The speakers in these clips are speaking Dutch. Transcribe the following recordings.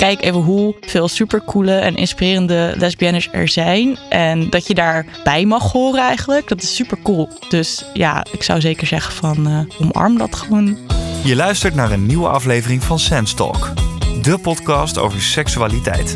kijk even hoe veel supercoole en inspirerende lesbiennes er zijn. En dat je daarbij mag horen eigenlijk. Dat is super cool. Dus ja, ik zou zeker zeggen van omarm dat gewoon. Je luistert naar een nieuwe aflevering van Sense Talk. De podcast over seksualiteit.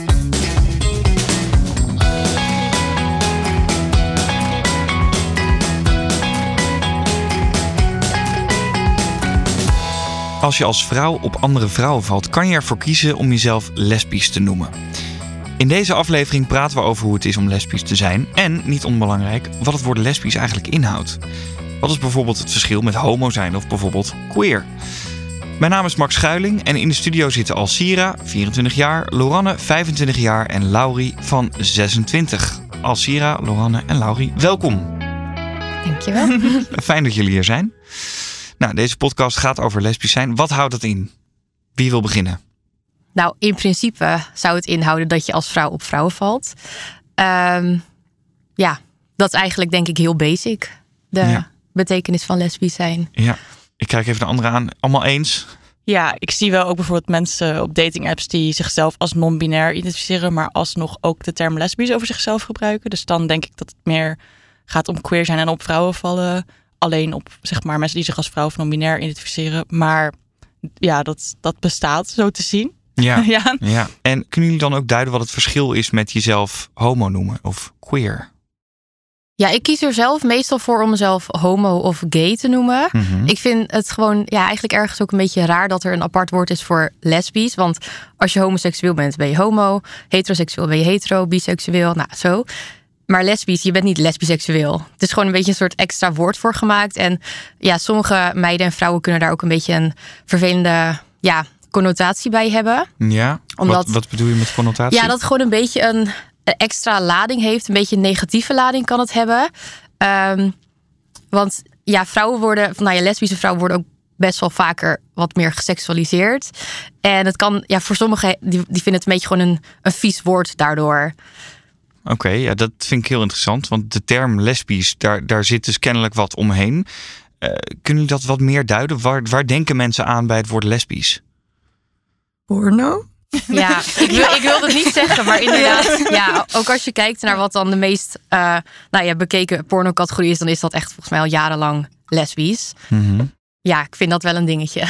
Als je als vrouw op andere vrouwen valt, kan je ervoor kiezen om jezelf lesbisch te noemen. In deze aflevering praten we over hoe het is om lesbisch te zijn en, niet onbelangrijk, wat het woord lesbisch eigenlijk inhoudt. Wat is bijvoorbeeld het verschil met homo zijn of bijvoorbeeld queer? Mijn naam is Max Schuiling en in de studio zitten Alcira, 24 jaar, Loranne, 25 jaar en Laurie van 26. Alcira, Loranne en Laurie, welkom. Dankjewel. Fijn dat jullie hier zijn. Nou, deze podcast gaat over lesbisch zijn. Wat houdt dat in? Wie wil beginnen? Nou, in principe zou het inhouden dat je als vrouw op vrouwen valt. Ja, dat is eigenlijk denk ik heel basic. De betekenis van lesbisch zijn. Ja, ik kijk even de anderen aan. Allemaal eens? Ja, ik zie wel ook bijvoorbeeld mensen op dating apps die zichzelf als non-binair identificeren, maar alsnog ook de term lesbisch over zichzelf gebruiken. Dus dan denk ik dat het meer gaat om queer zijn en op vrouwen vallen. Alleen op, zeg maar, mensen die zich als vrouw of non-binair identificeren. Maar ja, dat bestaat zo te zien. Ja. Ja. En kunnen jullie dan ook duiden wat het verschil is met jezelf homo noemen of queer? Ja, ik kies er zelf meestal voor om mezelf homo of gay te noemen. Mm-hmm. Ik vind het gewoon eigenlijk ergens ook een beetje raar dat er een apart woord is voor lesbisch. Want als je homoseksueel bent, ben je homo. Heteroseksueel ben je hetero, biseksueel, nou zo. Maar lesbisch, je bent niet lesbiseksueel. Het is gewoon een beetje een soort extra woord voor gemaakt. En ja, sommige meiden en vrouwen kunnen daar ook een beetje een vervelende connotatie bij hebben. Ja, omdat, wat bedoel je met connotatie? Ja, dat het gewoon een beetje een extra lading heeft. Een beetje een negatieve lading kan het hebben. Want ja, lesbische vrouwen worden ook best wel vaker wat meer geseksualiseerd. En het kan, voor sommigen, die vinden het een beetje gewoon een vies woord daardoor. Oké, ja, dat vind ik heel interessant. Want de term lesbisch, daar zit dus kennelijk wat omheen. Kunnen jullie dat wat meer duiden? Waar denken mensen aan bij het woord lesbisch? Porno? Ja, ik wil het niet zeggen, maar inderdaad. Ook als je kijkt naar wat dan de meest bekeken pornocategorie is, dan is dat echt volgens mij al jarenlang lesbisch. Mm-hmm. Ja, ik vind dat wel een dingetje.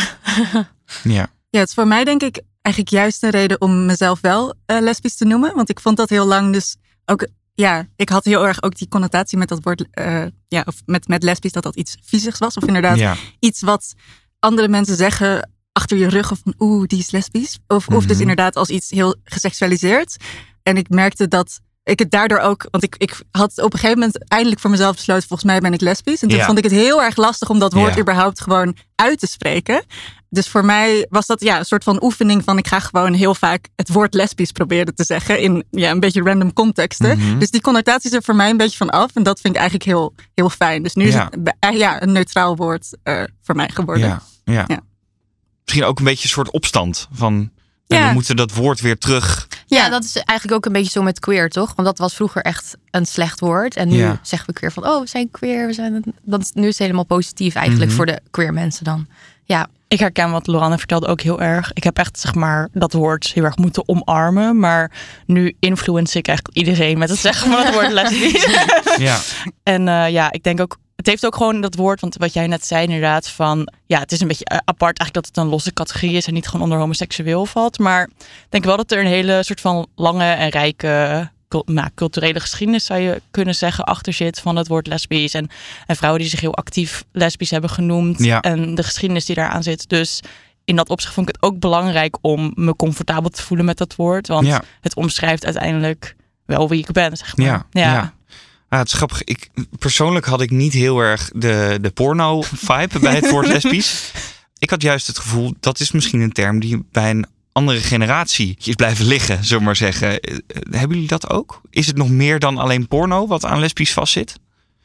Ja, het is voor mij denk ik eigenlijk juist een reden om mezelf wel lesbisch te noemen. Want ik vond dat heel lang dus ook, ik had heel erg ook die connotatie met dat woord, of met lesbisch, dat iets viezigs was. Of inderdaad iets wat andere mensen zeggen achter je rug, of van die is lesbisch. Of dus inderdaad als iets heel geseksualiseerd. En ik merkte dat ik het daardoor ook, want ik had op een gegeven moment eindelijk voor mezelf besloten, volgens mij ben ik lesbisch. En toen vond ik het heel erg lastig om dat woord überhaupt gewoon uit te spreken. Dus voor mij was dat een soort van oefening van ik ga gewoon heel vaak het woord lesbisch proberen te zeggen in een beetje random contexten. Mm-hmm. Dus die connotatie is er voor mij een beetje van af. En dat vind ik eigenlijk heel, heel fijn. Dus nu is het een neutraal woord voor mij geworden. Ja. Misschien ook een beetje een soort opstand van we moeten dat woord weer terug. Ja, dat is eigenlijk ook een beetje zo met queer, toch? Want dat was vroeger echt een slecht woord. En nu zeggen we queer van, we zijn queer. Nu is het helemaal positief eigenlijk voor de queer mensen dan. Ja. Ik herken wat Loranne vertelde ook heel erg. Ik heb echt, dat woord heel erg moeten omarmen. Maar nu influence ik echt iedereen met het zeggen van het woord lesbisch. Ja. En ik denk ook, het heeft ook gewoon dat woord, want wat jij net zei inderdaad van, het is een beetje apart eigenlijk dat het een losse categorie is en niet gewoon onder homoseksueel valt. Maar ik denk wel dat er een hele soort van lange en rijke culturele geschiedenis, zou je kunnen zeggen, achter zit van het woord lesbisch. En vrouwen die zich heel actief lesbisch hebben genoemd. Ja. En de geschiedenis die daaraan zit. Dus in dat opzicht vond ik het ook belangrijk om me comfortabel te voelen met dat woord. Want het omschrijft uiteindelijk wel wie ik ben, zeg maar. Ja. Het is grappig. Persoonlijk had ik niet heel erg de porno-vibe bij het woord lesbisch. Ik had juist het gevoel, dat is misschien een term die bij een andere generatie is blijven liggen, zullen we maar zeggen. Hebben jullie dat ook? Is het nog meer dan alleen porno wat aan lesbisch vastzit?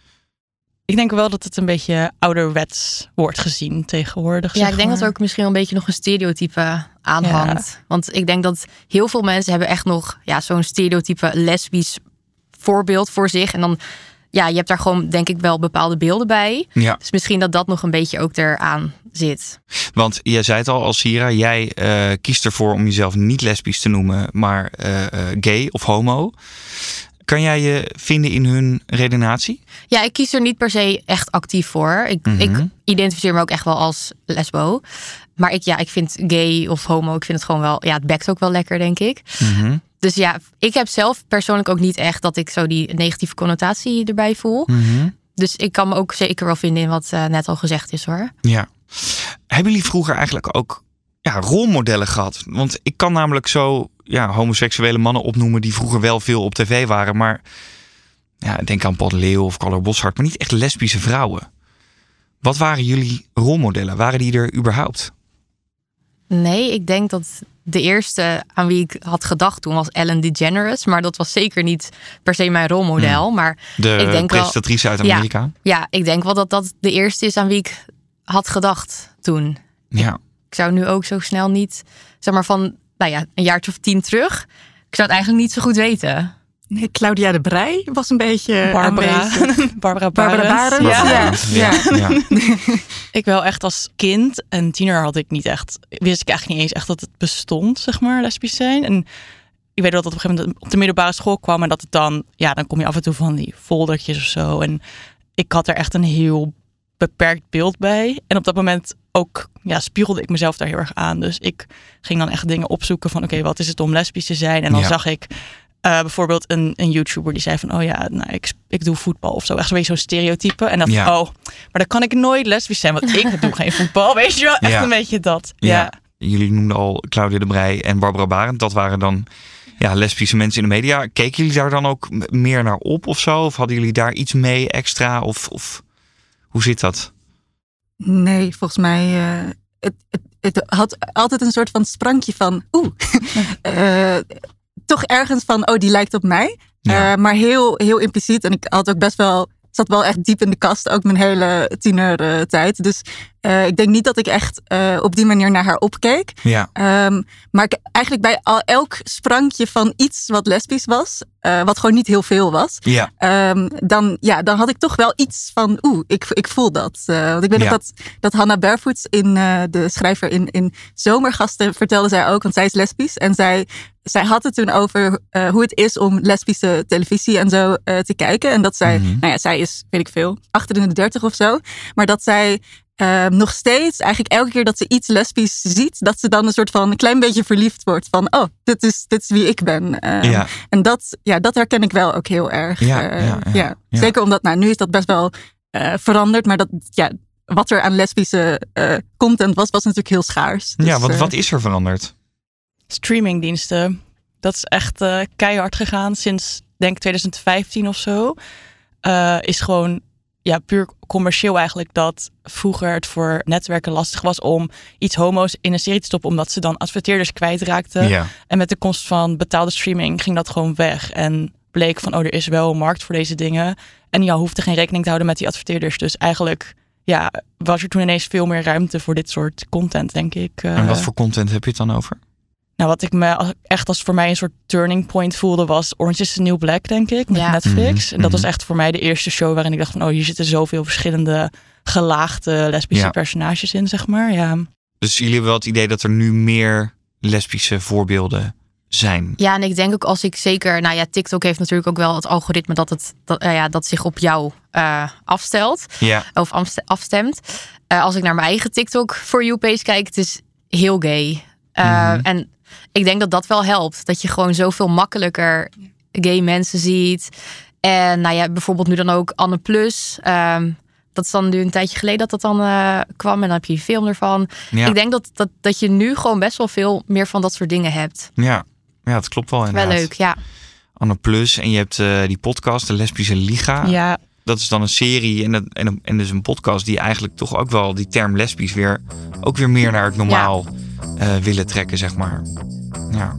Ik denk wel dat het een beetje ouderwets wordt gezien tegenwoordig. Ja, ik denk dat er ook misschien een beetje nog een stereotype aan hangt. Ja. Want ik denk dat heel veel mensen hebben echt nog zo'n stereotype lesbisch voorbeeld voor zich. En dan je hebt daar gewoon denk ik wel bepaalde beelden bij. Ja. Dus misschien dat nog een beetje ook eraan zit. Want jij zei het al, Alcira, jij kiest ervoor om jezelf niet lesbisch te noemen, maar gay of homo. Kan jij je vinden in hun redenatie? Ja, ik kies er niet per se echt actief voor. Ik identificeer me ook echt wel als lesbo. Maar ik vind gay of homo, ik vind het gewoon wel... Ja, het bekt ook wel lekker, denk ik. Mm-hmm. Dus ja, ik heb zelf persoonlijk ook niet echt dat ik zo die negatieve connotatie erbij voel. Mm-hmm. Dus ik kan me ook zeker wel vinden in wat net al gezegd is, hoor. Ja. Hebben jullie vroeger eigenlijk ook rolmodellen gehad? Want ik kan namelijk zo homoseksuele mannen opnoemen die vroeger wel veel op tv waren. Maar denk aan Paul de Leeuw of Carlo Boszhard, maar niet echt lesbische vrouwen. Wat waren jullie rolmodellen? Waren die er überhaupt? Nee, ik denk dat de eerste aan wie ik had gedacht toen was Ellen DeGeneres. Maar dat was zeker niet per se mijn rolmodel. Maar de ik denk presentatrice uit Amerika? Ja, ik denk wel dat de eerste is aan wie ik had gedacht toen. Ja. Ik zou nu ook zo snel niet, zeg maar van een jaartje of 10 terug. Ik zou het eigenlijk niet zo goed weten. Nee, Claudia de Breij was een beetje Barbara Barends. Ja. Ik wel echt als kind en tiener wist ik eigenlijk niet eens echt dat het bestond, zeg maar, lesbisch zijn. En ik weet wel dat op een gegeven moment op de middelbare school kwam en dat het dan kom je af en toe van die foldertjes of zo. En ik had er echt een heel beperkt beeld bij. En op dat moment ook spiegelde ik mezelf daar heel erg aan. Dus ik ging dan echt dingen opzoeken van oké, wat is het om lesbisch te zijn? En dan zag ik bijvoorbeeld een YouTuber die zei van ik doe voetbal of zo. Echt zo'n stereotype. En dat maar dan kan ik nooit lesbisch zijn, want ik doe geen voetbal. Weet je wel? Echt een beetje dat. Ja. Jullie noemden al Claudia de Breij en Barbara Barend. Dat waren dan lesbische mensen in de media. Keken jullie daar dan ook meer naar op of zo? Of hadden jullie daar iets mee extra? Of hoe zit dat? Nee, volgens mij... Het had altijd een soort van sprankje van... toch ergens van, die lijkt op mij. Ja. Maar heel, heel impliciet. En ik had ook zat wel echt diep in de kast. Ook mijn hele tienertijd. Dus ik denk niet dat ik echt op die manier naar haar opkeek. Ja. Maar eigenlijk bij elk sprankje van iets wat lesbisch was. Wat gewoon niet heel veel was. Ja. Dan had ik toch wel iets van, ik voel dat. Want ik weet dat Hannah Barefoot, de schrijver in Zomergasten, vertelde zij ook. Want zij is lesbisch. En zij had het toen over hoe het is om lesbische televisie en zo te kijken. En dat zij, zij is, weet ik veel, 38 of zo. Maar dat zij nog steeds, eigenlijk elke keer dat ze iets lesbisch ziet, dat ze dan een klein beetje verliefd wordt. Van, dit is wie ik ben. En dat herken ik wel ook heel erg. Ja. Zeker omdat, nu is dat best wel veranderd. Maar wat er aan lesbische content was natuurlijk heel schaars. Dus, wat is er veranderd? Streamingdiensten. Dat is echt keihard gegaan sinds, denk ik, 2015 of zo. Is gewoon puur commercieel eigenlijk dat vroeger het voor netwerken lastig was om iets homo's in een serie te stoppen, omdat ze dan adverteerders kwijtraakten. Ja. En met de komst van betaalde streaming ging dat gewoon weg. En bleek van, er is wel een markt voor deze dingen. En hoefde geen rekening te houden met die adverteerders. Dus eigenlijk was er toen ineens veel meer ruimte voor dit soort content, denk ik. En wat voor content heb je het dan over? Wat ik me echt als voor mij een soort turning point voelde was Orange is the New Black, denk ik, met Netflix. En dat was echt voor mij de eerste show waarin ik dacht van, hier zitten zoveel verschillende gelaagde lesbische personages in, zeg maar. Ja. Dus jullie hebben wel het idee dat er nu meer lesbische voorbeelden zijn? Ja, en ik denk ook als ik zeker, TikTok heeft natuurlijk ook wel het algoritme dat zich op jou afstelt. Ja. Of afstemt. Als ik naar mijn eigen TikTok For You page kijk, het is heel gay. En ik denk dat wel helpt. Dat je gewoon zoveel makkelijker gay mensen ziet. En bijvoorbeeld nu dan ook Anne Plus. Dat is dan nu een tijdje geleden dat dan kwam. En dan heb je een film ervan. Ja. Ik denk dat je nu gewoon best wel veel meer van dat soort dingen hebt. Ja, dat klopt wel inderdaad. Wel leuk, ja. Anne Plus. En je hebt die podcast, de Lesbische Liga. Ja. Dat is dan een serie en dus een podcast die eigenlijk toch ook wel die term lesbisch weer meer naar het normaal willen trekken, zeg maar. Ja.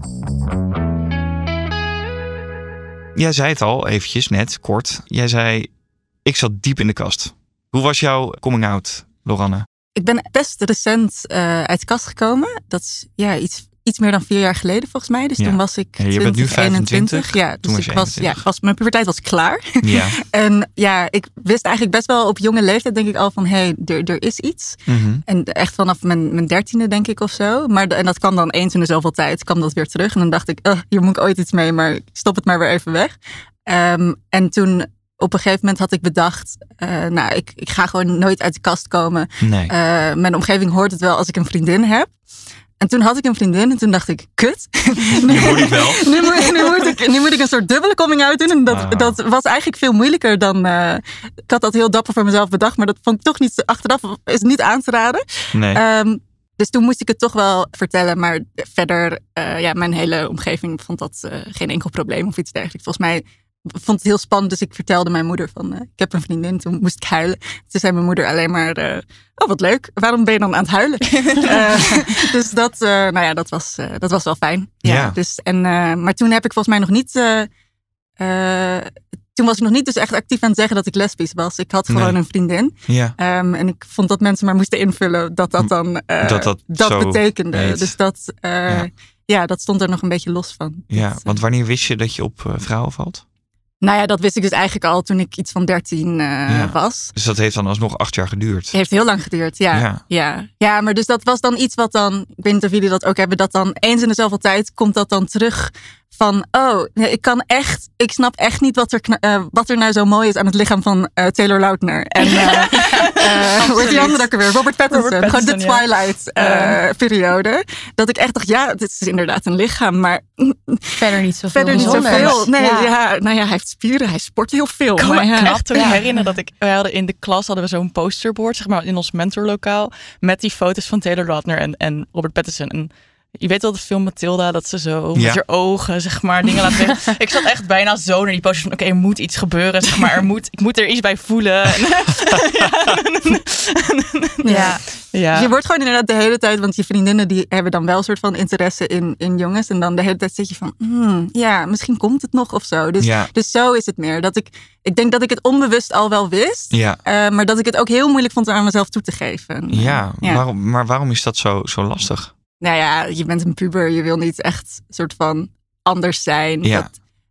Jij zei het al eventjes net, kort. Jij zei, ik zat diep in de kast. Hoe was jouw coming out, Loranne? Ik ben best recent uit de kast gekomen. Dat is iets iets meer dan 4 jaar geleden volgens mij. Dus toen was ik 20, je bent nu 25. Ja, dus mijn puberteit was klaar. Ja. En ik wist eigenlijk best wel op jonge leeftijd denk ik al van er is iets. Mm-hmm. En echt vanaf mijn 13e denk ik of zo. En dat kwam dan eens in de zoveel tijd, kwam dat weer terug. En dan dacht ik, hier moet ik ooit iets mee, maar stop het maar weer even weg. En toen op een gegeven moment had ik bedacht, ik ga gewoon nooit uit de kast komen. Nee. Mijn omgeving hoort het wel als ik een vriendin heb. En toen had ik een vriendin en toen dacht ik, kut. Nu moet ik wel. nu moet ik een soort dubbele coming out doen. En dat was eigenlijk veel moeilijker dan... ik had dat heel dapper voor mezelf bedacht, maar dat vond ik toch niet achteraf is niet aan te raden. Nee. Dus toen moest ik het toch wel vertellen. Maar verder, mijn hele omgeving vond dat geen enkel probleem of iets dergelijks. Volgens mij vond het heel spannend, dus ik vertelde mijn moeder van... ik heb een vriendin, toen moest ik huilen. Toen zei mijn moeder alleen maar... wat leuk, waarom ben je dan aan het huilen? Dus dat was wel fijn. Ja. Dus, maar toen heb ik volgens mij nog niet... toen was ik nog niet dus echt actief aan het zeggen dat ik lesbisch was. Ik had gewoon een vriendin. Ja. En ik vond dat mensen maar moesten invullen dat dan dat betekende. Heet. Dus dat stond er nog een beetje los van. Ja, want wanneer wist je dat je op vrouwen valt? Nou ja, dat wist ik dus eigenlijk al toen ik iets van 13 was. Dus dat heeft dan alsnog 8 jaar geduurd? Het heeft heel lang geduurd, ja, maar dus dat was dan iets wat dan... Ik weet niet of jullie dat ook hebben. Dat dan eens in de zoveel tijd komt dat dan terug van... ik snap echt niet wat er nou zo mooi is aan het lichaam van Taylor Lautner. En hoe heet die andere ook weer? Robert Pattinson. Gewoon de Twilight periode. Dat ik echt dacht, dit is inderdaad een lichaam, maar... Verder niet zoveel. Nee, hij heeft spieren, hij sport heel veel. Ik kan me knap te herinneren dat wij hadden in de klas zo'n posterboard, zeg maar, in ons mentorlokaal, met die foto's van Taylor Lautner en Robert Pattinson. En je weet wel de film Matilda, dat ze zo met je ogen, zeg maar, dingen laten liggen. Ik zat echt bijna zo naar die posters van, er moet iets gebeuren, zeg maar. Ik moet er iets bij voelen. Ja. Dus je wordt gewoon inderdaad de hele tijd, want je vriendinnen die hebben dan wel een soort van interesse in jongens. En dan de hele tijd zit je van, misschien komt het nog of zo. Dus zo is het meer. Dat ik denk dat ik het onbewust al wel wist. Ja. Maar dat ik het ook heel moeilijk vond aan mezelf toe te geven. Waarom is dat zo lastig? Nou ja, je bent een puber. Je wil niet echt soort van anders zijn. Ja.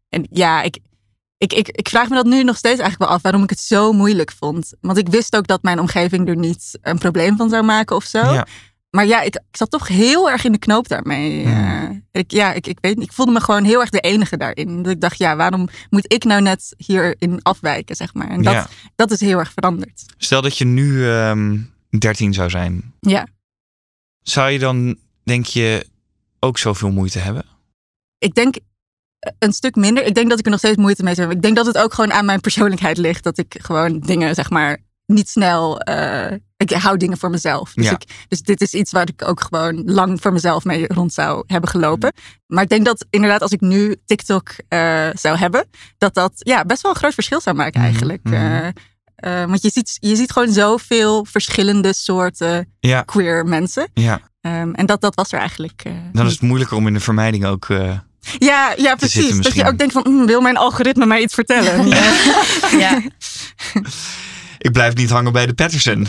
Ik vraag me dat nu nog steeds eigenlijk wel af. Waarom ik het zo moeilijk vond. Want ik wist ook dat mijn omgeving er niet een probleem van zou maken of zo. Ja. Maar ik zat toch heel erg in de knoop daarmee. Ik weet niet. Ik voelde me gewoon heel erg de enige daarin. Dat ik dacht, waarom moet ik nou net hierin afwijken, zeg maar. En dat is heel erg veranderd. Stel dat je nu 13 zou zijn. Ja. Zou je dan, denk je, ook zoveel moeite hebben? Ik denk een stuk minder. Ik denk dat ik er nog steeds moeite mee zou hebben. Ik denk dat het ook gewoon aan mijn persoonlijkheid ligt. Dat ik gewoon dingen, zeg maar, niet snel... ik hou dingen voor mezelf. Dus dit is iets waar ik ook gewoon lang voor mezelf mee rond zou hebben gelopen. Maar ik denk dat inderdaad als ik nu TikTok zou hebben... dat best wel een groot verschil zou maken eigenlijk. Want je ziet gewoon zoveel verschillende soorten queer mensen. Ja. En dat was er eigenlijk. Dan is het moeilijker om in de vermijding ook... Ja, precies. Dat je ook denkt van, wil mijn algoritme mij iets vertellen? Ja. Ik blijf niet hangen bij de Patterson.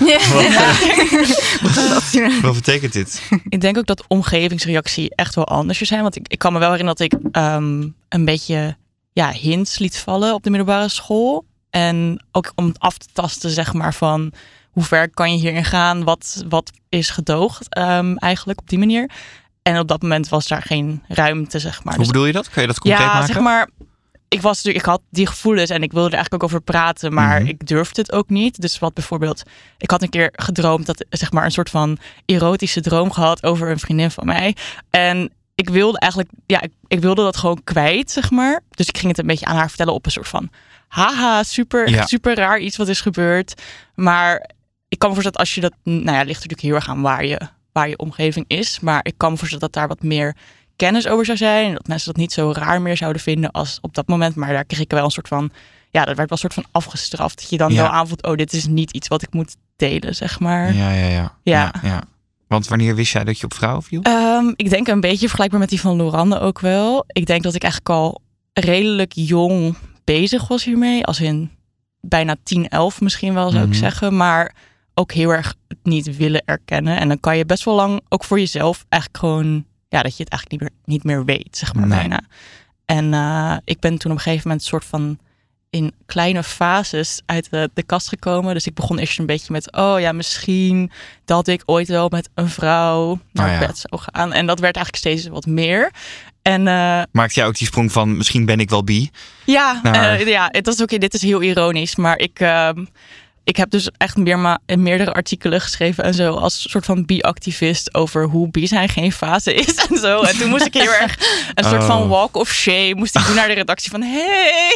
Wat betekent dit? Ik denk ook dat omgevingsreactie echt wel anders zou zijn. Want ik kan me wel herinneren dat ik een beetje hints liet vallen op de middelbare school. En ook om af te tasten, zeg maar, van hoe ver kan je hierin gaan? Wat is gedoogd eigenlijk op die manier? En op dat moment was daar geen ruimte, zeg maar. Hoe bedoel je dat? Kan je dat concreet maken? Ja, zeg maar, ik had die gevoelens en ik wilde er eigenlijk ook over praten, maar ik durfde het ook niet. Dus wat bijvoorbeeld, ik had een keer gedroomd dat, zeg maar, een soort van erotische droom gehad over een vriendin van mij. En ik wilde eigenlijk, ik wilde dat gewoon kwijt, zeg maar. Dus ik ging het een beetje aan haar vertellen op een soort van, haha, super raar iets wat is gebeurd. Maar ik kan me voorstellen dat als je dat, ligt natuurlijk heel erg aan waar je omgeving is. Maar ik kan me voorstellen dat daar wat meer kennis over zou zijn. En dat mensen dat niet zo raar meer zouden vinden als op dat moment. Maar daar kreeg ik wel een soort van, dat werd wel een soort van afgestraft. Dat je dan wel aanvoelt, dit is niet iets wat ik moet delen, zeg maar. Ja. Want wanneer wist jij dat je op vrouwen viel? Ik denk een beetje vergelijkbaar met die van Lorande ook wel. Ik denk dat ik eigenlijk al redelijk jong bezig was hiermee. Als in bijna 10, 11 misschien wel, zou ik zeggen. Maar ook heel erg het niet willen erkennen. En dan kan je best wel lang ook voor jezelf eigenlijk gewoon dat je het eigenlijk niet meer weet, zeg maar bijna. En ik ben toen op een gegeven moment soort van in kleine fases uit de kast gekomen. Dus ik begon eerst een beetje met, misschien dat ik ooit wel met een vrouw naar bed zou gaan. En dat werd eigenlijk steeds wat meer. En maakte jij ook die sprong van, misschien ben ik wel bi? Ja, het is oké. Dit is heel ironisch, maar ik heb dus echt meerdere artikelen geschreven en zo als soort van bi-activist over hoe bi zijn geen fase is en zo. En toen moest ik heel erg een soort van walk of shame moest ik doen naar de redactie van hey,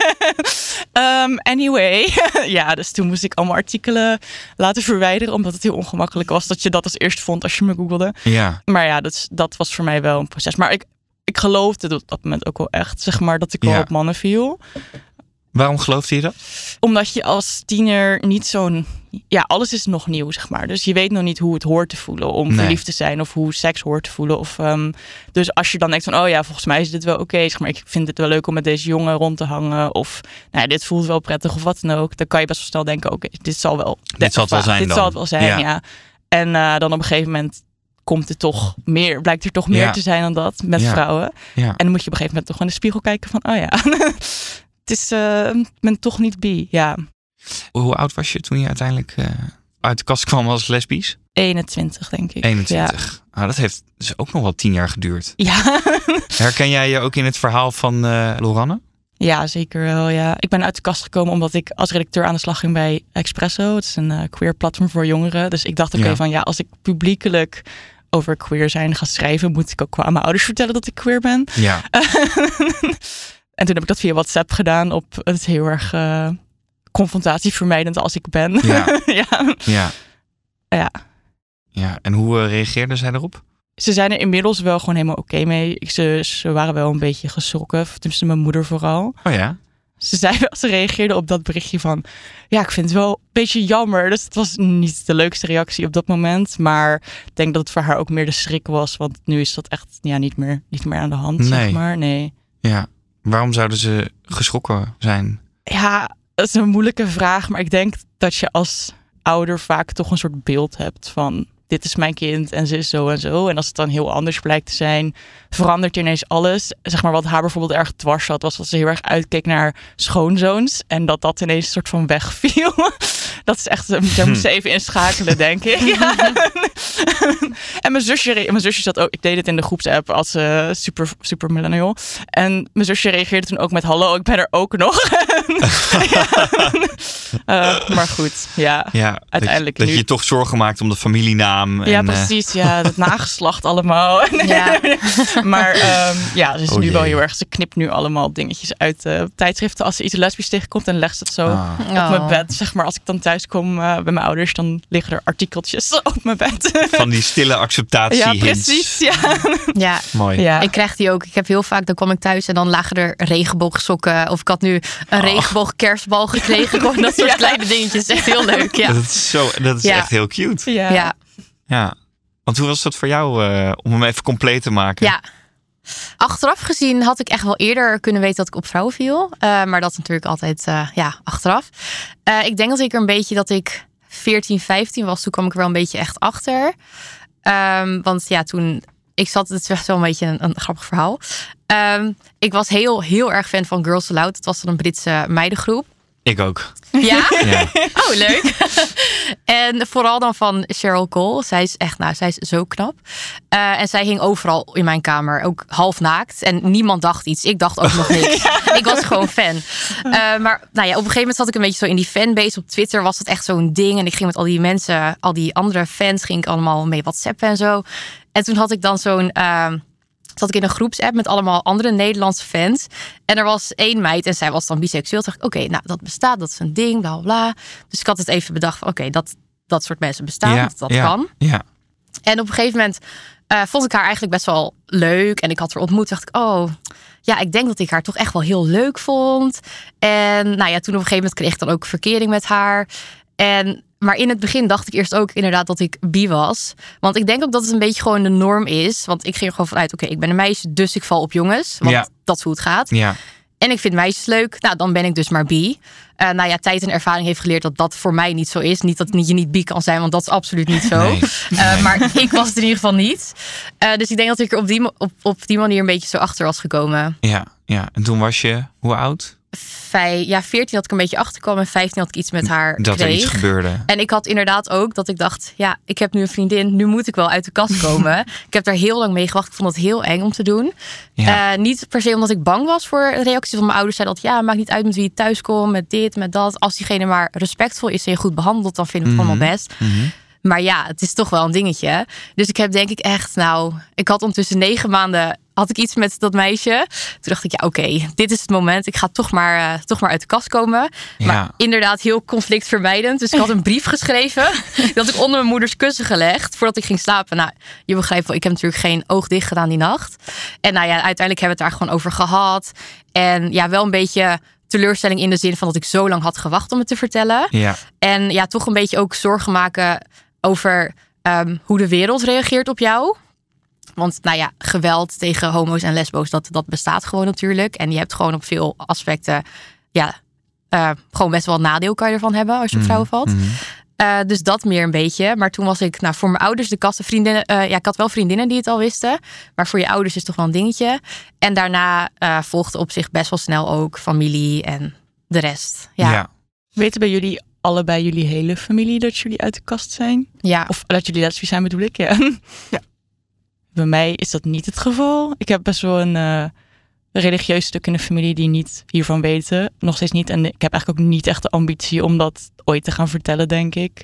anyway. Ja, dus toen moest ik allemaal artikelen laten verwijderen omdat het heel ongemakkelijk was dat je dat als eerst vond als je me googelde. Ja. Maar ja, dat was voor mij wel een proces. Maar ik geloofde op dat moment ook wel echt, zeg maar, dat ik wel op mannen viel. Waarom geloofde je dat? Omdat je als tiener niet zo'n... Ja, alles is nog nieuw, zeg maar. Dus je weet nog niet hoe het hoort te voelen om verliefd te zijn of hoe seks hoort te voelen. Of, dus als je dan denkt van, volgens mij is dit wel oké. Zeg maar, ik vind het wel leuk om met deze jongen rond te hangen. Of, dit voelt wel prettig of wat dan ook. Dan kan je best wel snel denken, dit zal het wel zijn, ja. En dan op een gegeven moment blijkt er toch meer te zijn dan dat met vrouwen. Ja. En dan moet je op een gegeven moment toch in de spiegel kijken van, het is, ben toch niet bi, ja. Hoe oud was je toen je uiteindelijk uit de kast kwam als lesbisch? 21, denk ik. 21. Ja. Dat heeft dus ook nog wel 10 jaar geduurd. Ja. Herken jij je ook in het verhaal van Loranne? Ja, zeker wel, ja. Ik ben uit de kast gekomen omdat ik als redacteur aan de slag ging bij Expresso. Het is een queer platform voor jongeren. Dus ik dacht als ik publiekelijk over queer zijn ga schrijven, moet ik ook aan mijn ouders vertellen dat ik queer ben. Ja. En toen heb ik dat via WhatsApp gedaan op het heel erg confrontatievermijdend als ik ben. Ja, en hoe reageerden zij erop? Ze zijn er inmiddels wel gewoon helemaal oké mee. Ze waren wel een beetje geschrokken. Tenminste, mijn moeder vooral. Oh ja? Ze reageerde op dat berichtje van... Ja, ik vind het wel een beetje jammer. Dus het was niet de leukste reactie op dat moment. Maar ik denk dat het voor haar ook meer de schrik was. Want nu is dat echt niet meer aan de hand, zeg maar. Nee. Ja. Waarom zouden ze geschrokken zijn? Ja, dat is een moeilijke vraag. Maar ik denk dat je als ouder vaak toch een soort beeld hebt van... Dit is mijn kind en ze is zo en zo. En als het dan heel anders blijkt te zijn, verandert ineens alles. Zeg maar wat haar bijvoorbeeld erg dwars zat, was dat ze heel erg uitkeek naar schoonzoons. En dat ineens een soort van wegviel. Dat is echt, daar moest ze even inschakelen, denk ik. Ja. En mijn zusje zat ook, ik deed het in de groepsapp als super millennial. En mijn zusje reageerde toen ook met hallo, ik ben er ook nog. Maar goed, uiteindelijk dat je toch zorgen maakt om de familienaam. Ja, precies. Ja, het nageslacht allemaal. Ja. Maar ze is nu wel heel erg. Ze knipt nu allemaal dingetjes uit tijdschriften als ze iets lesbisch tegenkomt en legt het zo op mijn bed. Zeg maar, als ik dan thuis kom bij mijn ouders, dan liggen er artikeltjes op mijn bed. Van die stille acceptatie. Ja, precies. Ja. Mooi. Ja. Ik krijg die ook. Ik heb heel vaak, dan kwam ik thuis en dan lagen er regenboogsokken. Of ik had nu een regenboog kerstbal gekregen. Gewoon dat soort kleine dingetjes. Echt heel leuk. Ja. Dat is echt heel cute. Ja. Want hoe was dat voor jou om hem even compleet te maken? Ja. Achteraf gezien had ik echt wel eerder kunnen weten dat ik op vrouwen viel. Maar dat is natuurlijk altijd achteraf. Ik denk dat ik er een beetje dat ik 14, 15 was. Toen kwam ik er wel een beetje echt achter. Want toen... het is echt wel een beetje een grappig verhaal. Ik was heel erg fan van Girls Aloud. Het was dan een Britse meidengroep. Ik ook. Ja? Ja. Oh, leuk. En vooral dan van Cheryl Cole. Zij is echt, zij is zo knap. En zij hing overal in mijn kamer, ook half naakt. En niemand dacht iets. Ik dacht ook nog niks. Ja. Ik was gewoon fan. Maar op een gegeven moment zat ik een beetje zo in die fanbase. Op Twitter was het echt zo'n ding. En ik ging met al die mensen, al die andere fans, ging ik allemaal mee WhatsAppen en zo. En toen had ik dan zat ik in een groepsapp met allemaal andere Nederlandse fans. En er was één meid en zij was dan biseksueel. Toen dacht ik, oké, dat bestaat, dat is een ding, bla bla. Dus ik had het even bedacht van, oké, dat soort mensen bestaan, dat kan. Ja. En op een gegeven moment vond ik haar eigenlijk best wel leuk. En ik had haar ontmoet, dacht ik, ik denk dat ik haar toch echt wel heel leuk vond. En toen op een gegeven moment kreeg ik dan ook verkering met haar. Maar in het begin dacht ik eerst ook inderdaad dat ik bi was. Want ik denk ook dat het een beetje gewoon de norm is. Want ik ging er gewoon vanuit, oké, ik ben een meisje, dus ik val op jongens. Want dat is hoe het gaat. Ja. En ik vind meisjes leuk. Nou, dan ben ik dus maar bi. Tijd en ervaring heeft geleerd dat dat voor mij niet zo is. Niet dat je niet bi kan zijn, want dat is absoluut niet zo. Nee. Maar ik was het in ieder geval niet. Dus ik denk dat ik er op die manier een beetje zo achter was gekomen. Ja. En toen was je, hoe oud? 14 had ik een beetje achterkomen en 15 had ik iets met haar dat kreeg. Er iets gebeurde. En ik had inderdaad ook dat ik dacht, ik heb nu een vriendin, nu moet ik wel uit de kast komen. Ik heb daar heel lang mee gewacht. Ik vond het heel eng om te doen. Ja. Niet per se omdat ik bang was voor reacties van mijn ouders. Zeiden dat maakt niet uit met wie je thuis komt, met dit, met dat. Als diegene maar respectvol is en je goed behandelt, dan vind ik het allemaal best. Mm-hmm. Maar het is toch wel een dingetje. Dus ik heb denk ik echt, ik had ondertussen 9 maanden... had ik iets met dat meisje. Toen dacht ik, oké, dit is het moment. Ik ga toch maar uit de kast komen. Ja. Maar inderdaad heel conflictvermijdend. Dus ik had een brief geschreven. Die had ik onder mijn moeders kussen gelegd. Voordat ik ging slapen. Nou, je begrijpt wel, ik heb natuurlijk geen oog dicht gedaan die nacht. En uiteindelijk hebben we het daar gewoon over gehad. En wel een beetje teleurstelling in de zin van dat ik zo lang had gewacht om het te vertellen. Ja. En toch een beetje ook zorgen maken over hoe de wereld reageert op jou. Want geweld tegen homo's en lesbo's, dat bestaat gewoon natuurlijk. En je hebt gewoon op veel aspecten, gewoon best wel een nadeel kan je ervan hebben als je op vrouwen valt. Mm-hmm. Dus dat meer een beetje. Maar toen was ik voor mijn ouders de kast. Vriendinnen, ik had wel vriendinnen die het al wisten. Maar voor je ouders is het toch wel een dingetje. En daarna volgde op zich best wel snel ook familie en de rest. Ja. Weten bij jullie allebei jullie hele familie dat jullie uit de kast zijn? Ja. Of dat jullie lesbisch zijn bedoel ik, ja. Bij mij is dat niet het geval. Ik heb best wel een religieus stuk in de familie die niet hiervan weten. Nog steeds niet. En ik heb eigenlijk ook niet echt de ambitie om dat ooit te gaan vertellen, denk ik.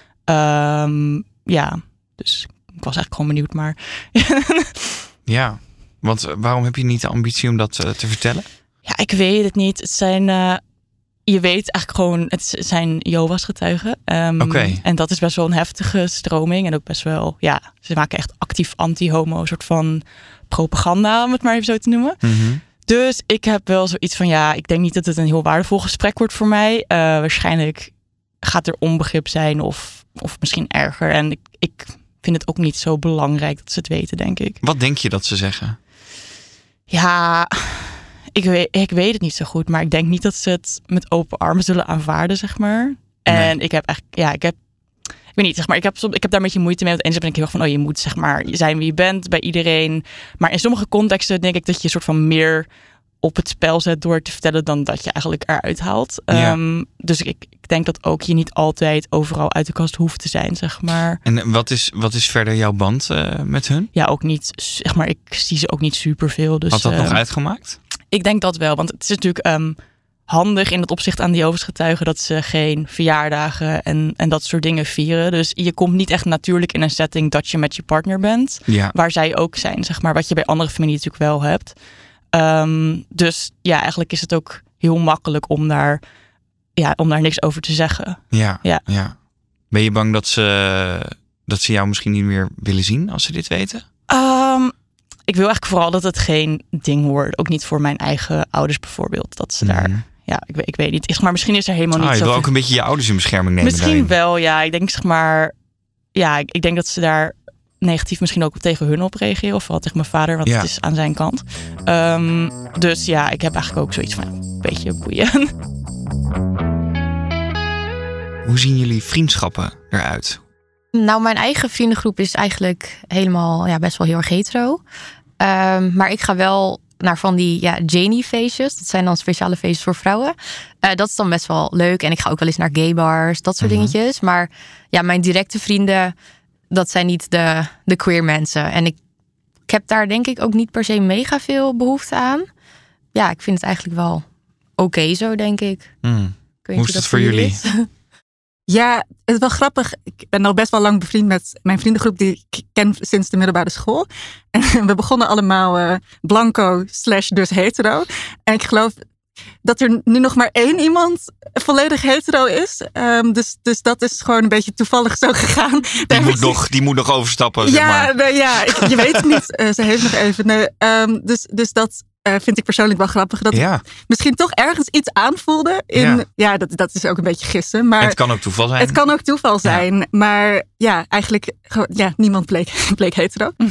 Dus ik was eigenlijk gewoon benieuwd, maar... Ja, want waarom heb je niet de ambitie om dat te vertellen? Ja, ik weet het niet. Het zijn... je weet eigenlijk gewoon, het zijn Jehovah's getuigen. Okay. En dat is best wel een heftige stroming. En ook best wel, ze maken echt actief anti-homo, een soort van propaganda, om het maar even zo te noemen. Mm-hmm. Dus ik heb wel zoiets van, ik denk niet dat het een heel waardevol gesprek wordt voor mij. Waarschijnlijk gaat er onbegrip zijn of misschien erger. En ik vind het ook niet zo belangrijk dat ze het weten, denk ik. Wat denk je dat ze zeggen? Ja... Ik weet het niet zo goed, maar ik denk niet dat ze het met open armen zullen aanvaarden, zeg maar. En ik heb eigenlijk, ik weet niet, zeg maar, ik heb daar een beetje moeite mee. Want eens ben ik heel erg van, je moet zeg maar zijn wie je bent bij iedereen. Maar in sommige contexten denk ik dat je een soort van meer op het spel zet door te vertellen dan dat je eigenlijk eruit haalt. Ja. Dus ik denk dat ook je niet altijd overal uit de kast hoeft te zijn, zeg maar. En wat is verder jouw band met hun? Ja, ook niet, zeg maar, ik zie ze ook niet superveel. Dus, had dat nog uitgemaakt? Ik denk dat wel, want het is natuurlijk handig in het opzicht aan die Jehovah's getuigen dat ze geen verjaardagen en dat soort dingen vieren. Dus je komt niet echt natuurlijk in een setting dat je met je partner bent, waar zij ook zijn, zeg maar, wat je bij andere familie natuurlijk wel hebt. Dus eigenlijk is het ook heel makkelijk om daar niks over te zeggen. Ja. Ben je bang dat ze jou misschien niet meer willen zien als ze dit weten? Ik wil eigenlijk vooral dat het geen ding wordt. Ook niet voor mijn eigen ouders bijvoorbeeld. Dat ze daar... Ja, ik weet niet. Maar misschien is er helemaal niet zo... Je wil ook een beetje je ouders in bescherming nemen. Misschien wel, ja. Ik denk zeg maar... Ja, ik denk dat ze daar negatief misschien ook tegen hun op reageren. Of vooral tegen mijn vader, want het is aan zijn kant. Dus ik heb eigenlijk ook zoiets van... Een beetje boeien. Hoe zien jullie vriendschappen eruit? Nou, mijn eigen vriendengroep is eigenlijk helemaal best wel heel erg hetero. Maar ik ga wel naar van die Janie-feestjes. Dat zijn dan speciale feestjes voor vrouwen. Dat is dan best wel leuk. En ik ga ook wel eens naar gaybars, dat soort dingetjes. Maar mijn directe vrienden, dat zijn niet de queer mensen. En ik heb daar denk ik ook niet per se mega veel behoefte aan. Ja, ik vind het eigenlijk wel oké zo, denk ik. Hoe is dat voor jullie? Ja, het is wel grappig. Ik ben al best wel lang bevriend met mijn vriendengroep die ik ken sinds de middelbare school. En we begonnen allemaal blanco / dus hetero. En ik geloof dat er nu nog maar 1 iemand volledig hetero is. Dus dat is gewoon een beetje toevallig zo gegaan. Die moet nog overstappen, zeg maar. Je weet het niet. Ze heeft nog even. Nee, dus dat... vind ik persoonlijk wel grappig. Dat ik misschien toch ergens iets aanvoelde. Dat is ook een beetje gissen. Maar het kan ook toeval zijn. Het kan ook toeval zijn. Maar eigenlijk, niemand bleek hetero.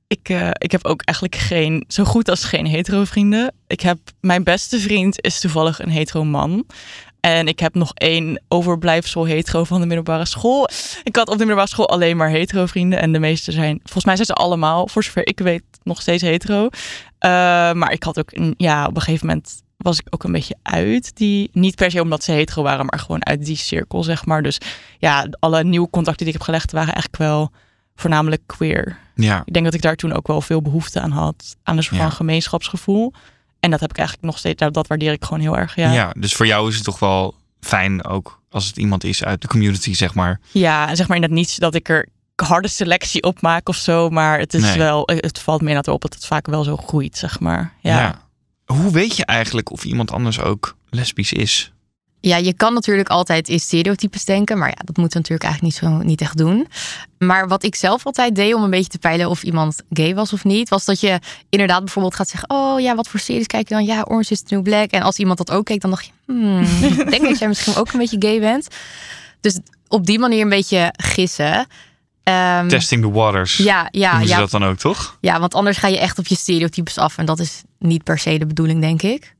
Ik heb ook eigenlijk zo goed als geen hetero vrienden. Mijn beste vriend is toevallig een hetero man. En ik heb nog 1 overblijfsel hetero van de middelbare school. Ik had op de middelbare school alleen maar hetero vrienden. En de meeste volgens mij zijn ze allemaal, voor zover ik weet, nog steeds hetero. Maar ik had ook, op een gegeven moment was ik ook een beetje uit. Niet per se omdat ze hetero waren, maar gewoon uit die cirkel, zeg maar. Dus ja, alle nieuwe contacten die ik heb gelegd waren eigenlijk wel voornamelijk queer. Ja. Ik denk dat ik daar toen ook wel veel behoefte aan had. Aan een soort van gemeenschapsgevoel. En dat heb ik eigenlijk nog steeds. Dat waardeer ik gewoon heel erg. Ja, dus voor jou is het toch wel fijn ook als het iemand is uit de community, zeg maar. Ja, en zeg maar inderdaad niet dat ik er harde selectie op maak of zo. Maar het is wel, het valt me inderdaad op dat het vaak wel zo groeit, zeg maar. Ja. Hoe weet je eigenlijk of iemand anders ook lesbisch is? Ja, je kan natuurlijk altijd in stereotypes denken. Maar ja, dat moeten we natuurlijk eigenlijk niet echt doen. Maar wat ik zelf altijd deed om een beetje te peilen of iemand gay was of niet, was dat je inderdaad bijvoorbeeld gaat zeggen, oh ja, wat voor series kijk je dan? Ja, Orange is the New Black. En als iemand dat ook keek, dan dacht je, ik denk dat jij misschien ook een beetje gay bent. Dus op die manier een beetje gissen. Testing the waters. Ja. Doen ze dat dan ook, toch? Ja, want anders ga je echt op je stereotypes af. En dat is niet per se de bedoeling, denk ik.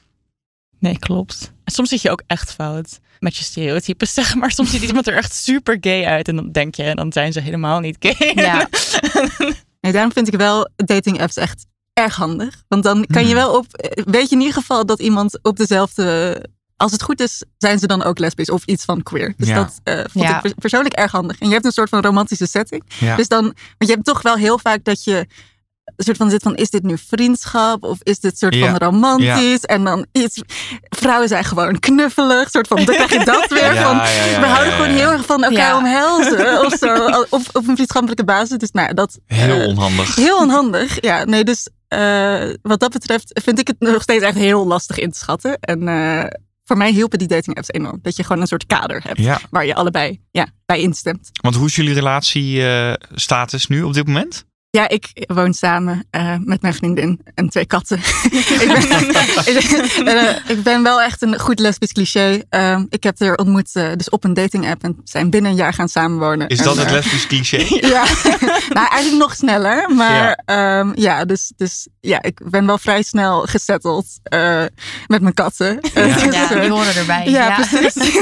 Nee, klopt. En soms zit je ook echt fout met je stereotypes, zeg maar. Soms ziet iemand er echt super gay uit. En dan denk je, en dan zijn ze helemaal niet gay. Ja. Nee, daarom vind ik wel dating apps echt erg handig. Want dan kan je wel weet je in ieder geval dat iemand op dezelfde, als het goed is, zijn ze dan ook lesbisch of iets van queer. Dus dat vond ik persoonlijk erg handig. En je hebt een soort van romantische setting. Ja. Dus dan, want je hebt toch wel heel vaak dat je een soort van zit van, is dit nu vriendschap of is dit soort van romantisch? En dan vrouwen zijn gewoon knuffelig, soort van, dan krijg je dat weer van, we houden gewoon heel erg van elkaar omhelzen of zo, op een vriendschappelijke basis. Dus nou, dat heel onhandig. Heel onhandig, ja. Nee, dus wat dat betreft vind ik het nog steeds echt heel lastig in te schatten. En voor mij hielpen die dating apps enorm. Dat je gewoon een soort kader hebt waar je allebei bij instemt. Want hoe is jullie relatiestatus nu op dit moment? Ja, ik woon samen met mijn vriendin en 2 katten. Ik ben wel echt een goed lesbisch cliché. Ik heb haar ontmoet dus op een dating app en zijn binnen een jaar gaan samenwonen. Is dat het lesbisch cliché? Ja, nou eigenlijk nog sneller. Maar dus ik ben wel vrij snel gesetteld met mijn katten. Die horen erbij. Ja, precies.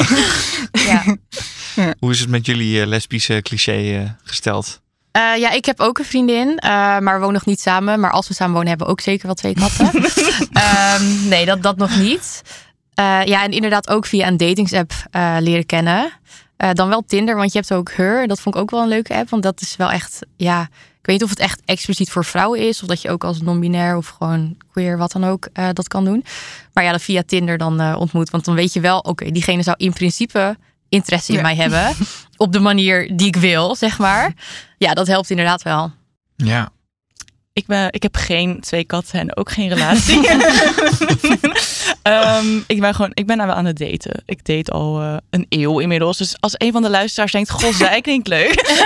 Hoe is het met jullie lesbische cliché gesteld? Ik heb ook een vriendin, maar we wonen nog niet samen. Maar als we samen wonen, hebben we ook zeker wel 2 katten. Nee, dat nog niet. En inderdaad ook via een datingsapp leren kennen. Dan wel Tinder, want je hebt ook Her. Dat vond ik ook wel een leuke app, want dat is wel echt, ik weet niet of het echt expliciet voor vrouwen is, of dat je ook als non-binair of gewoon queer, wat dan ook, dat kan doen. Maar dat via Tinder dan ontmoet, want dan weet je wel, oké, diegene zou in principe interesse in mij hebben. Op de manier die ik wil, zeg maar. Ja, dat helpt inderdaad wel. Ja. Ik heb geen 2 katten en ook geen relatie. Ik ben nou wel aan het daten. Ik date al een eeuw inmiddels. Dus als een van de luisteraars denkt, goh, zij klinkt leuk.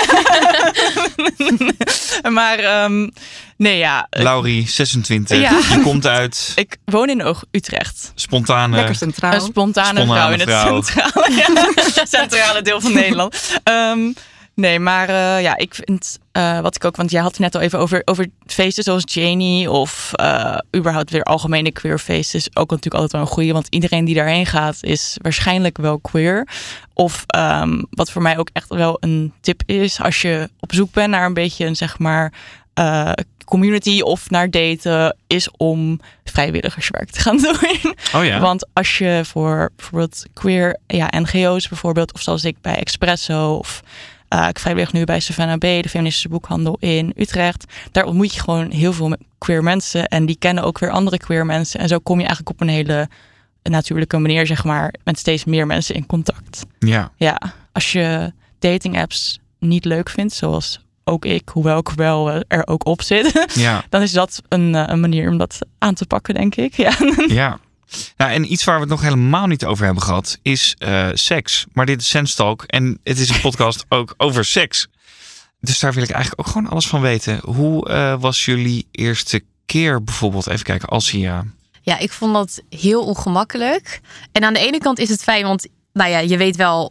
Maar Laurie, 26. Je komt uit. Ik woon in Utrecht. Spontane. Lekker centraal. Een spontane vrouw in het centrale deel van Nederland. Nee, maar ik vind wat ik ook, want jij had het net al even over feesten zoals Janie of überhaupt weer algemene queer feesten is ook natuurlijk altijd wel een goeie, want iedereen die daarheen gaat is waarschijnlijk wel queer. Of wat voor mij ook echt wel een tip is, als je op zoek bent naar een beetje een zeg maar community of naar daten, is om vrijwilligerswerk te gaan doen. Oh ja. Want als je voor bijvoorbeeld queer NGO's bijvoorbeeld, of zoals ik bij Expresso of ik vrijwillig nu bij Savannah B, de feministische boekhandel in Utrecht. Daar ontmoet je gewoon heel veel queer mensen. En die kennen ook weer andere queer mensen. En zo kom je eigenlijk op een hele natuurlijke manier, zeg maar, met steeds meer mensen in contact. Ja, als je dating apps niet leuk vindt, zoals ook ik, hoewel ik wel er ook op zit, dan is dat een manier om dat aan te pakken, denk ik. Ja. Nou, en iets waar we het nog helemaal niet over hebben gehad is seks. Maar dit is Sense Talk en het is een podcast ook over seks. Dus daar wil ik eigenlijk ook gewoon alles van weten. Hoe was jullie eerste keer bijvoorbeeld? Even kijken, Alsia. Ja, ik vond dat heel ongemakkelijk. En aan de ene kant is het fijn, want je weet wel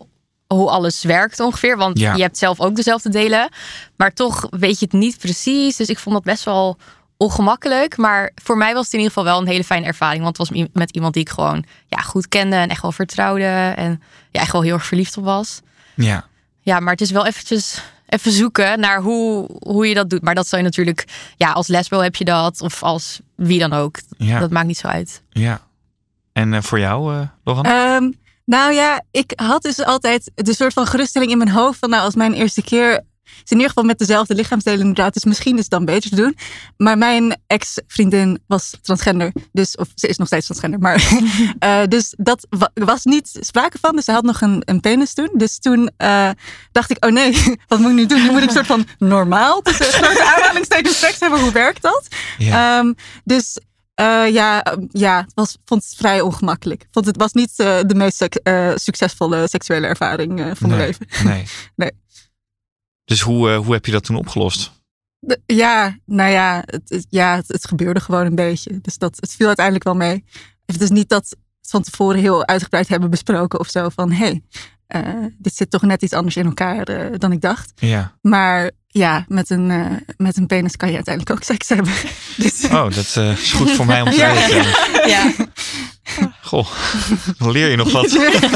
hoe alles werkt ongeveer. Want je hebt zelf ook dezelfde delen. Maar toch weet je het niet precies. Dus ik vond dat best wel ongemakkelijk. Maar voor mij was het in ieder geval wel een hele fijne ervaring. Want het was met iemand die ik gewoon goed kende. En echt wel vertrouwde. En echt wel heel erg verliefd op was. Ja. Ja, maar het is wel even zoeken naar hoe je dat doet. Maar dat zou je natuurlijk... Ja, als lesbo heb je dat. Of als wie dan ook. Ja. Dat maakt niet zo uit. Ja. En voor jou, Logan? Nou ja, ik had dus altijd de soort van geruststelling in mijn hoofd van als mijn eerste keer is in ieder geval met dezelfde lichaamsdelen inderdaad, dus misschien is het dan beter te doen. Maar mijn ex-vriendin was transgender, dus of ze is nog steeds transgender, maar dus dat was niet sprake van. Dus ze had nog een penis toen. Dus toen dacht ik, oh nee, wat moet ik nu doen? Nu moet ik soort van normaal tussen grote aanhalingstekens seks hebben. Hoe werkt dat? Ja. Dus vond het vrij ongemakkelijk. Want het was niet de meest succesvolle seksuele ervaring van mijn leven. Nee. Dus hoe heb je dat toen opgelost? Het gebeurde gewoon een beetje. Dus het viel uiteindelijk wel mee. Het is niet dat we het van tevoren heel uitgebreid hebben besproken of zo. Van dit zit toch net iets anders in elkaar dan ik dacht. Ja. Maar ja, met een penis kan je uiteindelijk ook seks hebben. Dus... Oh, dat is goed voor mij om te weten. Ja. Goh, dan leer je nog wat.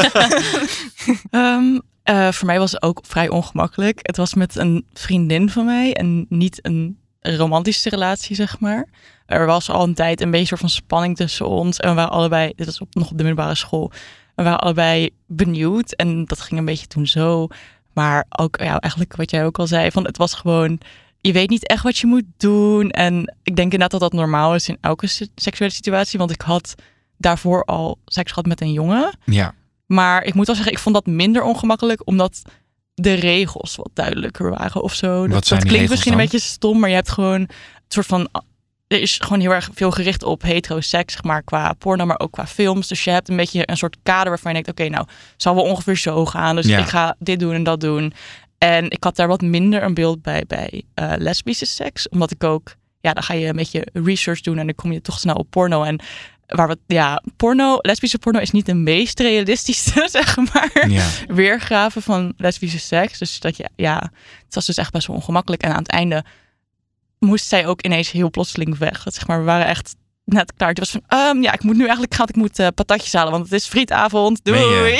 Voor mij was het ook vrij ongemakkelijk. Het was met een vriendin van mij en niet een romantische relatie, zeg maar. Er was al een tijd een beetje soort van spanning tussen ons. En we waren allebei, dit was nog op de middelbare school, we waren allebei benieuwd. En dat ging een beetje toen zo. Maar ook eigenlijk wat jij ook al zei, van het was gewoon, je weet niet echt wat je moet doen. En ik denk inderdaad dat normaal is in elke seksuele situatie. Want ik had daarvoor al seks gehad met een jongen. Ja. Maar ik moet wel zeggen, ik vond dat minder ongemakkelijk, omdat de regels wat duidelijker waren of zo. Dat klinkt misschien een beetje stom, maar je hebt gewoon een soort van, er is gewoon heel erg veel gericht op hetero-seks, zeg maar, qua porno, maar ook qua films. Dus je hebt een beetje een soort kader waarvan je denkt, oké, zal wel ongeveer zo gaan. Dus ik ga dit doen en dat doen. En ik had daar wat minder een beeld bij lesbische seks, omdat ik ook, dan ga je een beetje research doen en dan kom je toch snel op porno. En lesbische porno is niet de meest realistische, zeg maar, weergave van lesbische seks. Dus het was dus echt best wel ongemakkelijk. En aan het einde moest zij ook ineens heel plotseling weg. Dat, zeg maar, we waren echt net klaar. Het was van, ik moet nu eigenlijk gaan, ik moet patatjes halen, want het is frietavond. Doei!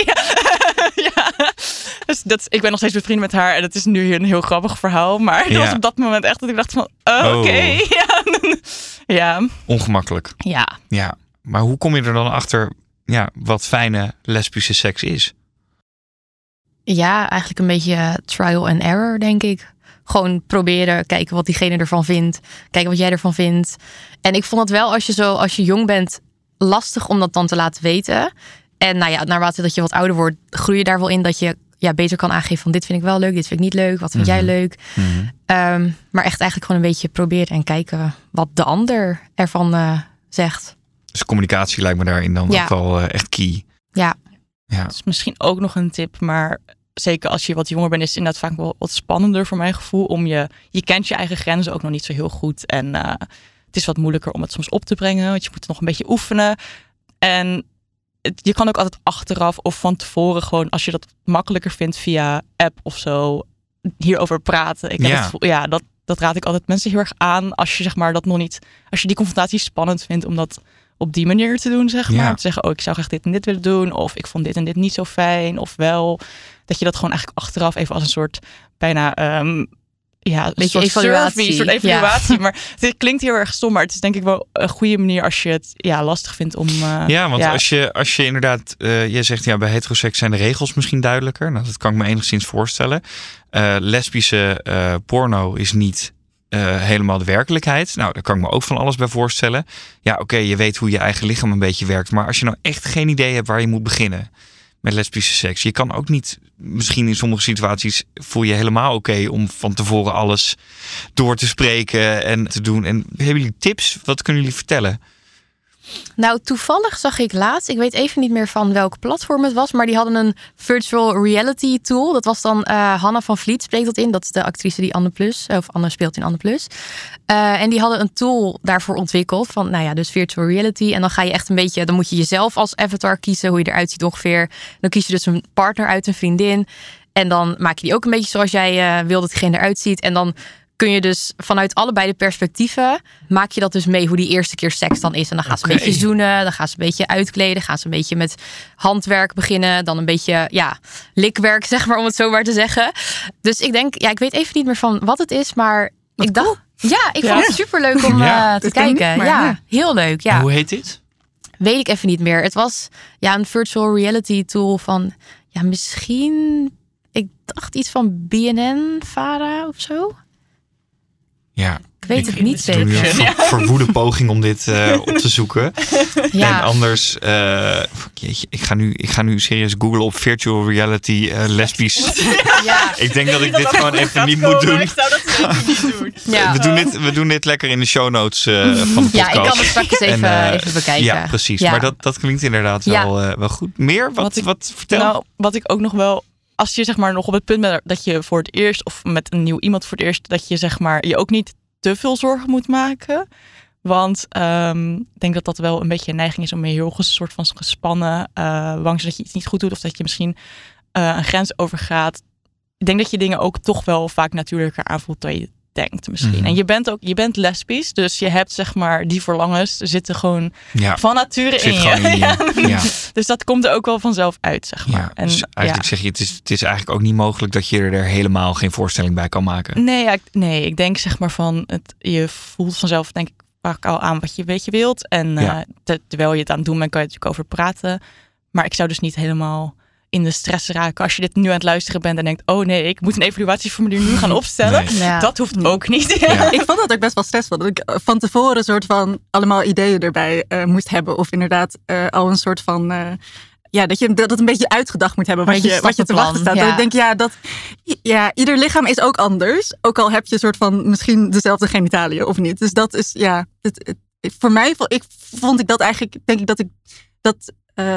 Dus ik ben nog steeds bevriend met haar en het is nu een heel grappig verhaal. Maar dat was op dat moment echt dat ik dacht van, oké. Ja. Ongemakkelijk. Ja. Maar hoe kom je er dan achter wat fijne lesbische seks is? Ja, eigenlijk een beetje trial and error, denk ik. Gewoon proberen, kijken wat diegene ervan vindt. Kijken wat jij ervan vindt. En ik vond het wel, als je jong bent, lastig om dat dan te laten weten. En naarmate dat je wat ouder wordt, groei je daar wel in dat je beter kan aangeven van dit vind ik wel leuk, dit vind ik niet leuk. Wat vind jij leuk? Mm-hmm. Maar echt eigenlijk gewoon een beetje proberen en kijken wat de ander ervan zegt. Dus communicatie lijkt me daarin dan ook wel echt key. Ja. Dat is misschien ook nog een tip, maar zeker als je wat jonger bent, is het inderdaad vaak wel wat spannender voor mijn gevoel. Om je kent je eigen grenzen ook nog niet zo heel goed. En het is wat moeilijker om het soms op te brengen, want je moet het nog een beetje oefenen. En je kan ook altijd achteraf of van tevoren gewoon, als je dat makkelijker vindt via app of zo, hierover praten. Ik heb het gevoel, dat raad ik altijd mensen heel erg aan. Als je zeg maar dat nog niet, als je die confrontatie spannend vindt om dat op die manier te doen, zeg maar. Om te zeggen, ik zou graag dit en dit willen doen. Of ik vond dit en dit niet zo fijn. Of wel, dat je dat gewoon eigenlijk achteraf even als een soort bijna een beetje evaluatie. Een soort evaluatie. Maar het klinkt heel erg stom, maar het is denk ik wel een goede manier als je het lastig vindt om... Als je inderdaad, je zegt bij heteroseks zijn de regels misschien duidelijker. Nou, dat kan ik me enigszins voorstellen. Lesbische porno is niet helemaal de werkelijkheid. Nou, daar kan ik me ook van alles bij voorstellen. Ja, oké, je weet hoe je eigen lichaam een beetje werkt. Maar als je nou echt geen idee hebt waar je moet beginnen met lesbische seks. Je kan ook niet, misschien in sommige situaties voel je helemaal oké om van tevoren alles door te spreken en te doen. En hebben jullie tips? Wat kunnen jullie vertellen? Nou, toevallig zag ik laatst, ik weet even niet meer van welk platform het was, maar die hadden een virtual reality tool. Dat was dan Hanna van Vliet spreekt dat in. Dat is de actrice die Anne speelt in Anne Plus. En die hadden een tool daarvoor ontwikkeld van, dus virtual reality. En dan ga je echt een beetje, dan moet je jezelf als avatar kiezen, hoe je eruit ziet ongeveer. Dan kies je dus een partner uit, een vriendin. En dan maak je die ook een beetje zoals jij wil dat diegene eruit ziet. En dan kun je dus vanuit allebei de perspectieven maak je dat dus mee hoe die eerste keer seks dan is. En dan gaan ze een beetje zoenen, dan gaan ze een beetje uitkleden, gaan ze een beetje met handwerk beginnen, dan een beetje likwerk, zeg maar, om het zo maar te zeggen. Dus ik denk, ik weet even niet meer van wat het is, maar ik dacht, ik vond het superleuk om te kijken. Heel leuk. Ja. En hoe heet dit? Weet ik even niet meer. Het was een virtual reality tool van misschien, ik dacht iets van BNN-Vara of zo. Ja. Ik weet het niet zeker. Ik doe nu een verwoede poging om dit op te zoeken. En anders, ik ga nu serieus googlen op virtual reality lesbisch. Ik denk dat ik dit gewoon even niet moet doen. Ik zou dat zeker niet doen. We doen dit lekker in de show notes van de podcast. Ja, ik kan het straks even bekijken. Ja, precies. Ja. Maar dat klinkt inderdaad wel goed. Meer? Wat vertel? Nou, wat ik ook nog wel, als je zeg maar nog op het punt bent dat je voor het eerst, of met een nieuw iemand voor het eerst, dat je zeg maar je ook niet te veel zorgen moet maken. Want ik denk dat dat wel een beetje een neiging is om je heel soort van gespannen, bang dat je iets niet goed doet of dat je misschien een grens overgaat. Ik denk dat je dingen ook toch wel vaak natuurlijker aanvoelt dan je denkt misschien. En je bent lesbisch, dus je hebt zeg maar die verlangens zitten gewoon van nature in je. Dus dat komt er ook wel vanzelf uit, zeg maar. En, dus eigenlijk zeg je, het is eigenlijk ook niet mogelijk dat je er helemaal geen voorstelling bij kan maken. Nee, ik denk zeg maar van je voelt vanzelf denk ik vaak al aan wat je wilt. En terwijl je het aan het doen bent, kan je natuurlijk over praten. Maar ik zou dus niet helemaal in de stress raken als je dit nu aan het luisteren bent en denkt, oh nee, ik moet een evaluatieformulier nu gaan opstellen. Nee. Dat hoeft ook niet. Ja. Ik vond dat ook best wel stressvol. Dat ik van tevoren een soort van allemaal ideeën erbij moest hebben. Of inderdaad al een soort van dat het een beetje uitgedacht moet hebben wat je te wachten staat. Ja. Ik denk ieder lichaam is ook anders. Ook al heb je een soort van misschien dezelfde genitaliën of niet. Dus dat is voor mij vond ik dat eigenlijk, denk ik dat ik dat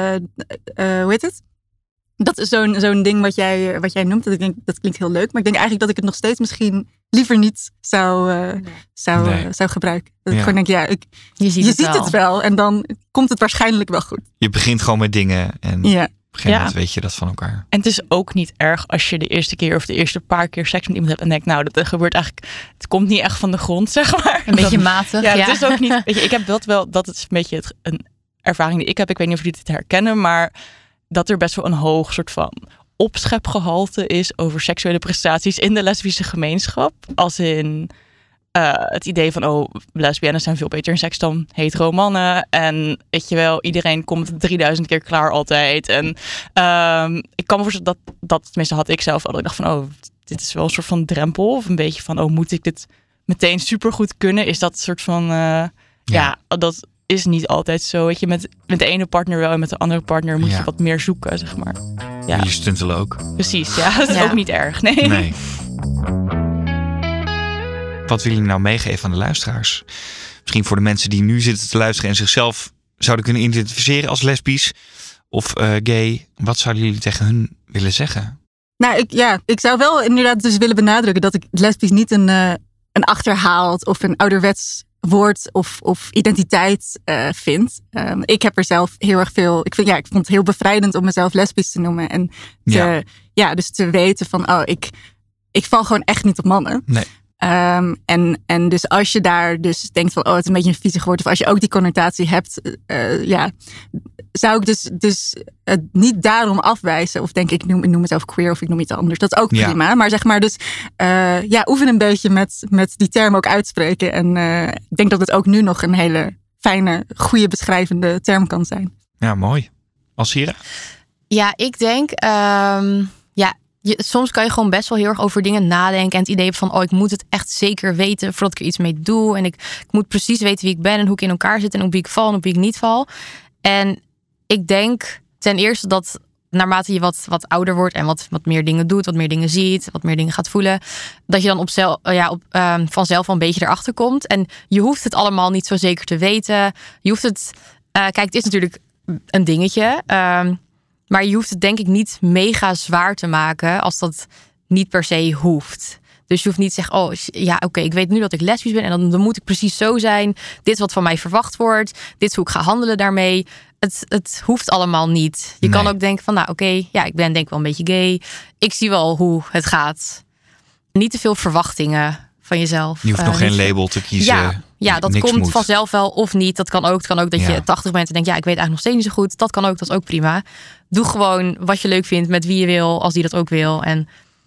hoe heet het? Dat is zo'n ding wat jij noemt. Dat ik denk, dat klinkt heel leuk. Maar ik denk eigenlijk dat ik het nog steeds misschien liever niet zou gebruiken. Dat ik gewoon denk, je ziet het wel. En dan komt het waarschijnlijk wel goed. Je begint gewoon met dingen. En op een gegeven moment weet je dat van elkaar. En het is ook niet erg als je de eerste keer of de eerste paar keer seks met iemand hebt. En denkt, nou, dat gebeurt eigenlijk. Het komt niet echt van de grond, zeg maar. Een beetje matig. Ja, het is ook niet. Weet je, ik heb dat wel. Dat is een beetje een ervaring die ik heb. Ik weet niet of jullie dit herkennen, maar dat er best wel een hoog soort van opschepgehalte is over seksuele prestaties in de lesbische gemeenschap. Als in het idee van, lesbiennes zijn veel beter in seks dan hetero mannen. En weet je wel, iedereen komt 3000 keer klaar altijd. En ik kan me voorstellen dat tenminste had ik zelf al. Ik dacht van, dit is wel een soort van drempel. Of een beetje van, moet ik dit meteen supergoed kunnen? Is dat een soort van, dat is niet altijd zo. Weet je, met de ene partner wel en met de andere partner moet je wat meer zoeken, zeg maar. Ja. Je stuntelen ook. Precies, dat is ook niet erg. Nee. Wat willen jullie nou meegeven aan de luisteraars? Misschien voor de mensen die nu zitten te luisteren en zichzelf zouden kunnen identificeren als lesbisch of gay. Wat zouden jullie tegen hun willen zeggen? Nou, ik zou wel inderdaad dus willen benadrukken dat ik lesbisch niet een achterhaald of een ouderwets woord of identiteit vind. Ik heb er zelf heel erg veel. Ik vond het heel bevrijdend om mezelf lesbisch te noemen. En dus te weten van, ik val gewoon echt niet op mannen. Nee. En dus als je daar dus denkt van, het is een beetje een viezig woord, of als je ook die connotatie hebt, zou ik dus het niet daarom afwijzen. Of denk ik noem mezelf queer of ik noem iets anders. Dat is ook prima. Maar zeg maar dus, oefen een beetje met die term ook uitspreken. En ik denk dat het ook nu nog een hele fijne, goede beschrijvende term kan zijn. Ja, mooi. Alcira? Ja, ik denk, soms kan je gewoon best wel heel erg over dingen nadenken. En het idee van, ik moet het echt zeker weten voordat ik er iets mee doe. En ik moet precies weten wie ik ben en hoe ik in elkaar zit en op wie ik val en op wie ik niet val. En ik denk ten eerste dat naarmate je wat ouder wordt en wat meer dingen doet, wat meer dingen ziet, wat meer dingen gaat voelen, dat je dan vanzelf wel een beetje erachter komt. En je hoeft het allemaal niet zo zeker te weten. Je hoeft het Kijk, het is natuurlijk een dingetje. Maar je hoeft het denk ik niet mega zwaar te maken als dat niet per se hoeft. Dus je hoeft niet te zeggen, oké, ik weet nu dat ik lesbisch ben en dan moet ik precies zo zijn. Dit is wat van mij verwacht wordt. Dit is hoe ik ga handelen daarmee. Het hoeft allemaal niet. Je kan ook denken van, ik ben denk ik wel een beetje gay. Ik zie wel hoe het gaat. Niet te veel verwachtingen van jezelf. Je hoeft nog geen label te kiezen. Ja, dat niks komt vanzelf wel of niet. Dat kan ook. Het kan ook dat je 80 bent en denkt, ik weet eigenlijk nog steeds niet zo goed. Dat kan ook, dat is ook prima. Doe gewoon wat je leuk vindt met wie je wil, als die dat ook wil. En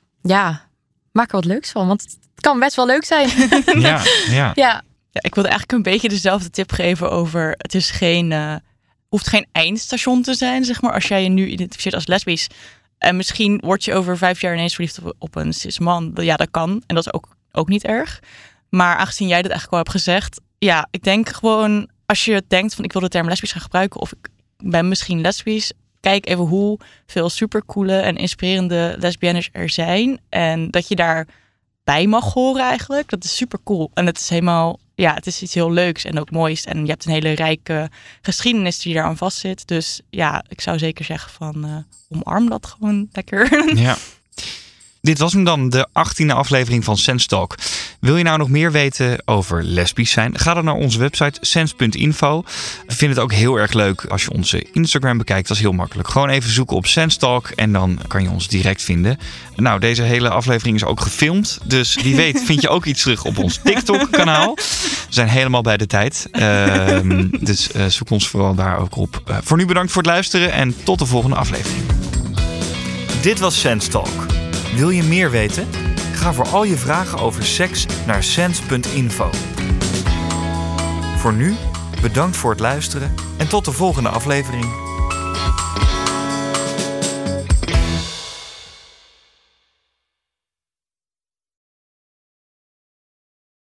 maak er wat leuks van, want het kan best wel leuk zijn. Ja, ik wilde eigenlijk een beetje dezelfde tip geven over, het is hoeft geen eindstation te zijn, zeg maar, als jij je nu identificeert als lesbisch. En misschien word je over 5 jaar ineens verliefd op een cis man. Ja, dat kan. En dat is ook niet erg. Maar aangezien jij dat eigenlijk al hebt gezegd, ik denk gewoon, als je denkt van ik wil de term lesbisch gaan gebruiken of ik ben misschien lesbisch, kijk even hoeveel supercoole en inspirerende lesbiennes er zijn. En dat je daarbij mag horen eigenlijk. Dat is super cool. En het is helemaal, het is iets heel leuks en ook moois. En je hebt een hele rijke geschiedenis die daar aan vastzit. Dus ik zou zeker zeggen van omarm dat gewoon lekker. Ja. Dit was hem dan, de 18e aflevering van Sense Talk. Wil je nou nog meer weten over lesbisch zijn? Ga dan naar onze website sense.info. We vinden het ook heel erg leuk als je onze Instagram bekijkt. Dat is heel makkelijk. Gewoon even zoeken op Sense Talk en dan kan je ons direct vinden. Nou, deze hele aflevering is ook gefilmd. Dus wie weet vind je ook iets terug op ons TikTok-kanaal. We zijn helemaal bij de tijd. Dus zoek ons vooral daar ook op. Voor nu bedankt voor het luisteren en tot de volgende aflevering. Dit was Sense Talk. Wil je meer weten? Ga voor al je vragen over seks naar sense.info. Voor nu, bedankt voor het luisteren en tot de volgende aflevering.